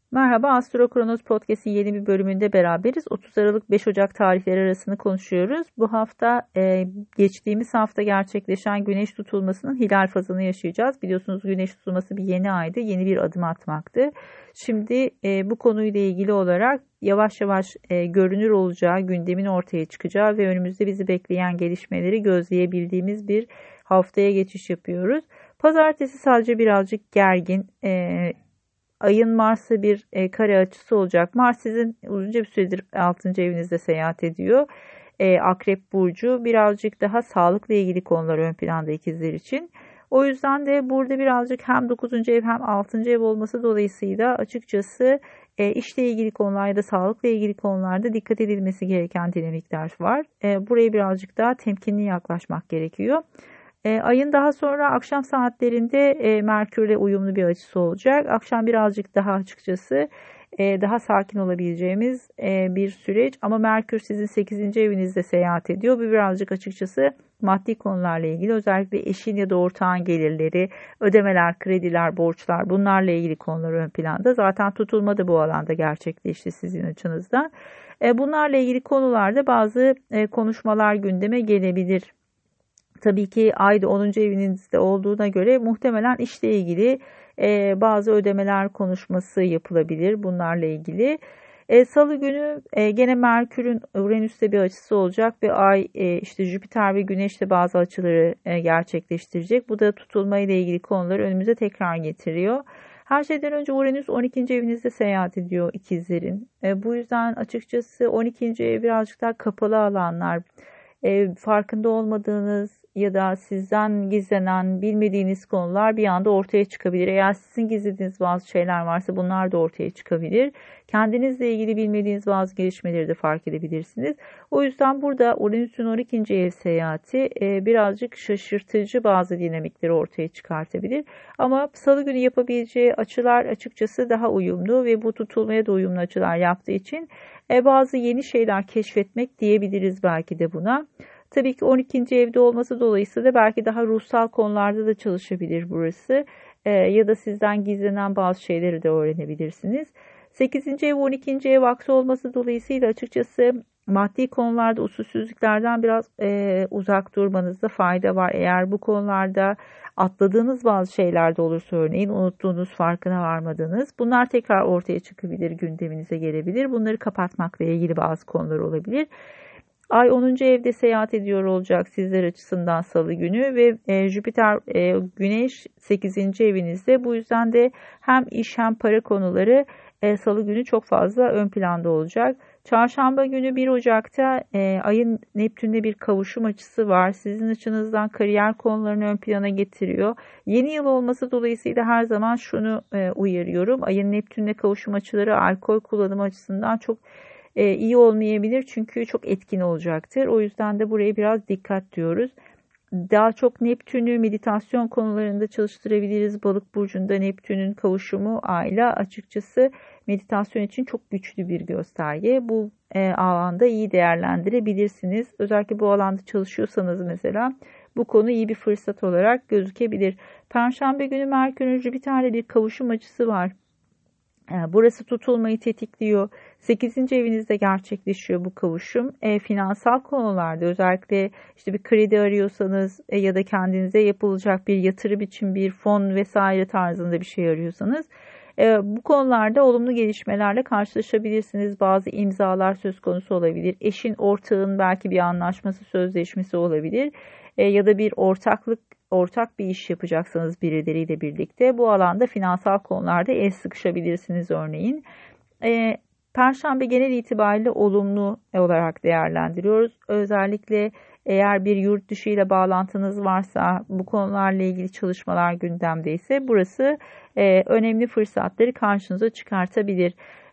Merhaba, Astro Kronos Podcast'in yeni bir bölümünde beraberiz. 30 Aralık 5 Ocak tarihleri arasını konuşuyoruz. Bu hafta geçtiğimiz hafta gerçekleşen güneş tutulmasının hilal fazını yaşayacağız. Biliyorsunuz güneş tutulması bir yeni aydı, yeni bir adım atmaktı. Şimdi bu konuyla ilgili olarak yavaş yavaş görünür olacağı, gündemin ortaya çıkacağı ve önümüzde bizi bekleyen gelişmeleri gözleyebildiğimiz bir haftaya geçiş yapıyoruz. Pazartesi sadece birazcık gergin. Ayın Mars'a bir kare açısı olacak. Mars sizin uzunca bir süredir 6. evinizde seyahat ediyor. Akrep Burcu birazcık daha sağlıkla ilgili konular ön planda ikizler için. O yüzden de burada birazcık hem 9. ev hem 6. ev olması dolayısıyla açıkçası işle ilgili konularda, sağlıkla ilgili konularda dikkat edilmesi gereken dinamikler var. Buraya birazcık daha temkinli yaklaşmak gerekiyor. Ayın daha sonra akşam saatlerinde Merkür'le uyumlu bir açısı olacak. Akşam birazcık daha açıkçası daha sakin olabileceğimiz bir süreç. Ama Merkür sizin 8. evinizde seyahat ediyor. Bu birazcık açıkçası maddi konularla ilgili, özellikle eşin ya da ortağın gelirleri, ödemeler, krediler, borçlar, bunlarla ilgili konular ön planda. Zaten tutulma da bu alanda gerçekleşti sizin açınızdan. Bunlarla ilgili konularda bazı konuşmalar gündeme gelebilir. Tabii ki ay da 10. evinizde olduğuna göre muhtemelen işle ilgili bazı ödemeler konuşması yapılabilir bunlarla ilgili. Salı günü gene Merkür'ün Uranüs'te bir açısı olacak ve ay işte Jüpiter ve Güneş'te bazı açıları gerçekleştirecek. Bu da tutulma ile ilgili konuları önümüze tekrar getiriyor. Her şeyden önce Uranüs 12. evinizde seyahat ediyor ikizlerin. Bu yüzden açıkçası 12. ev birazcık daha kapalı alanlar, farkında olmadığınız ya da sizden gizlenen bilmediğiniz konular bir anda ortaya çıkabilir. Eğer sizin gizlediğiniz bazı şeyler varsa bunlar da ortaya çıkabilir. Kendinizle ilgili bilmediğiniz bazı gelişmeleri de fark edebilirsiniz. O yüzden burada Uranüs'ün 12. ev seyahati birazcık şaşırtıcı bazı dinamikleri ortaya çıkartabilir. Ama salı günü yapabileceği açılar açıkçası daha uyumlu ve bu tutulmaya da uyumlu açılar yaptığı için bazı yeni şeyler keşfetmek diyebiliriz belki de buna. Tabii ki 12. evde olması dolayısıyla belki daha ruhsal konularda da çalışabilir burası. Ya da sizden gizlenen bazı şeyleri de öğrenebilirsiniz. 8. ev 12. ev aksi olması dolayısıyla açıkçası maddi konularda usulsüzlüklerden biraz uzak durmanızda fayda var. Eğer bu konularda atladığınız bazı şeyler de olursa, örneğin unuttuğunuz, farkına varmadığınız, bunlar tekrar ortaya çıkabilir, gündeminize gelebilir. Bunları kapatmakla ilgili bazı konular olabilir. Ay 10. evde seyahat ediyor olacak sizler açısından salı günü ve Jüpiter, Güneş 8. evinizde. Bu yüzden de hem iş hem para konuları salı günü çok fazla ön planda olacak. Çarşamba günü 1 Ocak'ta ayın Neptün'le bir kavuşum açısı var. Sizin açınızdan kariyer konularını ön plana getiriyor. Yeni yıl olması dolayısıyla her zaman şunu uyarıyorum. Ayın Neptün'le kavuşum açıları alkol kullanımı açısından çok iyi olmayabilir çünkü çok etkin olacaktır. O yüzden de buraya biraz dikkat diyoruz. Daha çok Neptün'ü meditasyon konularında çalıştırabiliriz. Balık burcunda Neptün'ün kavuşumu ayla açıkçası meditasyon için çok güçlü bir gösterge. Bu alanda iyi değerlendirebilirsiniz. Özellikle bu alanda çalışıyorsanız mesela bu konu iyi bir fırsat olarak gözükebilir. Perşembe günü Merkür'ün Jüpiter'le bir kavuşum açısı var. Burası tutulmayı tetikliyor. 8. evinizde gerçekleşiyor bu kavuşum. Finansal konularda özellikle işte bir kredi arıyorsanız ya da kendinize yapılacak bir yatırım için bir fon vesaire tarzında bir şey arıyorsanız bu konularda olumlu gelişmelerle karşılaşabilirsiniz. Bazı imzalar söz konusu olabilir. Eşin, ortağın belki bir anlaşması, sözleşmesi olabilir. Ya da bir ortak bir iş yapacaksanız birileriyle birlikte bu alanda finansal konularda el sıkışabilirsiniz örneğin. Perşembe genel itibariyle olumlu olarak değerlendiriyoruz. Özellikle eğer bir yurt dışı ile bağlantınız varsa, bu konularla ilgili çalışmalar gündemdeyse burası önemli fırsatları karşınıza çıkartabilir.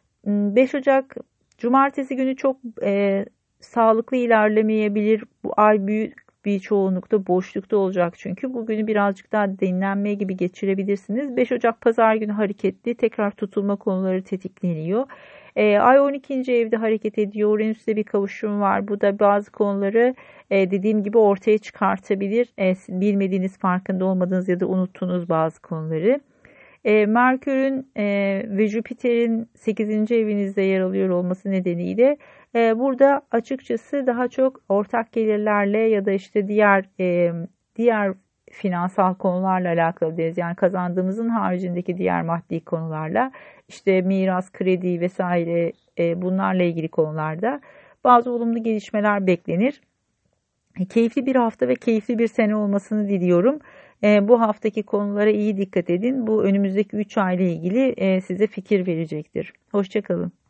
5 Ocak Cumartesi günü çok sağlıklı ilerlemeyebilir. Bu ay büyük bir çoğunlukta boşlukta olacak çünkü bugünü birazcık daha dinlenme gibi geçirebilirsiniz. 5 Ocak Pazar günü hareketli, tekrar tutulma konuları tetikleniyor. Ay 12. evde hareket ediyor. Uranüs'te bir kavuşum var. Bu da bazı konuları dediğim gibi ortaya çıkartabilir. Bilmediğiniz, farkında olmadığınız ya da unuttuğunuz bazı konuları. Merkür'ün ve Jüpiter'in 8. evinizde yer alıyor olması nedeniyle burada açıkçası daha çok ortak gelirlerle ya da işte diğer finansal konularla alakalı deriz. Yani kazandığımızın haricindeki diğer maddi konularla, işte miras, kredi vesaire, bunlarla ilgili konularda bazı olumlu gelişmeler beklenir. Keyifli bir hafta ve keyifli bir sene olmasını diliyorum. Bu haftaki konulara iyi dikkat edin. Bu önümüzdeki 3 ay ile ilgili size fikir verecektir. Hoşça kalın.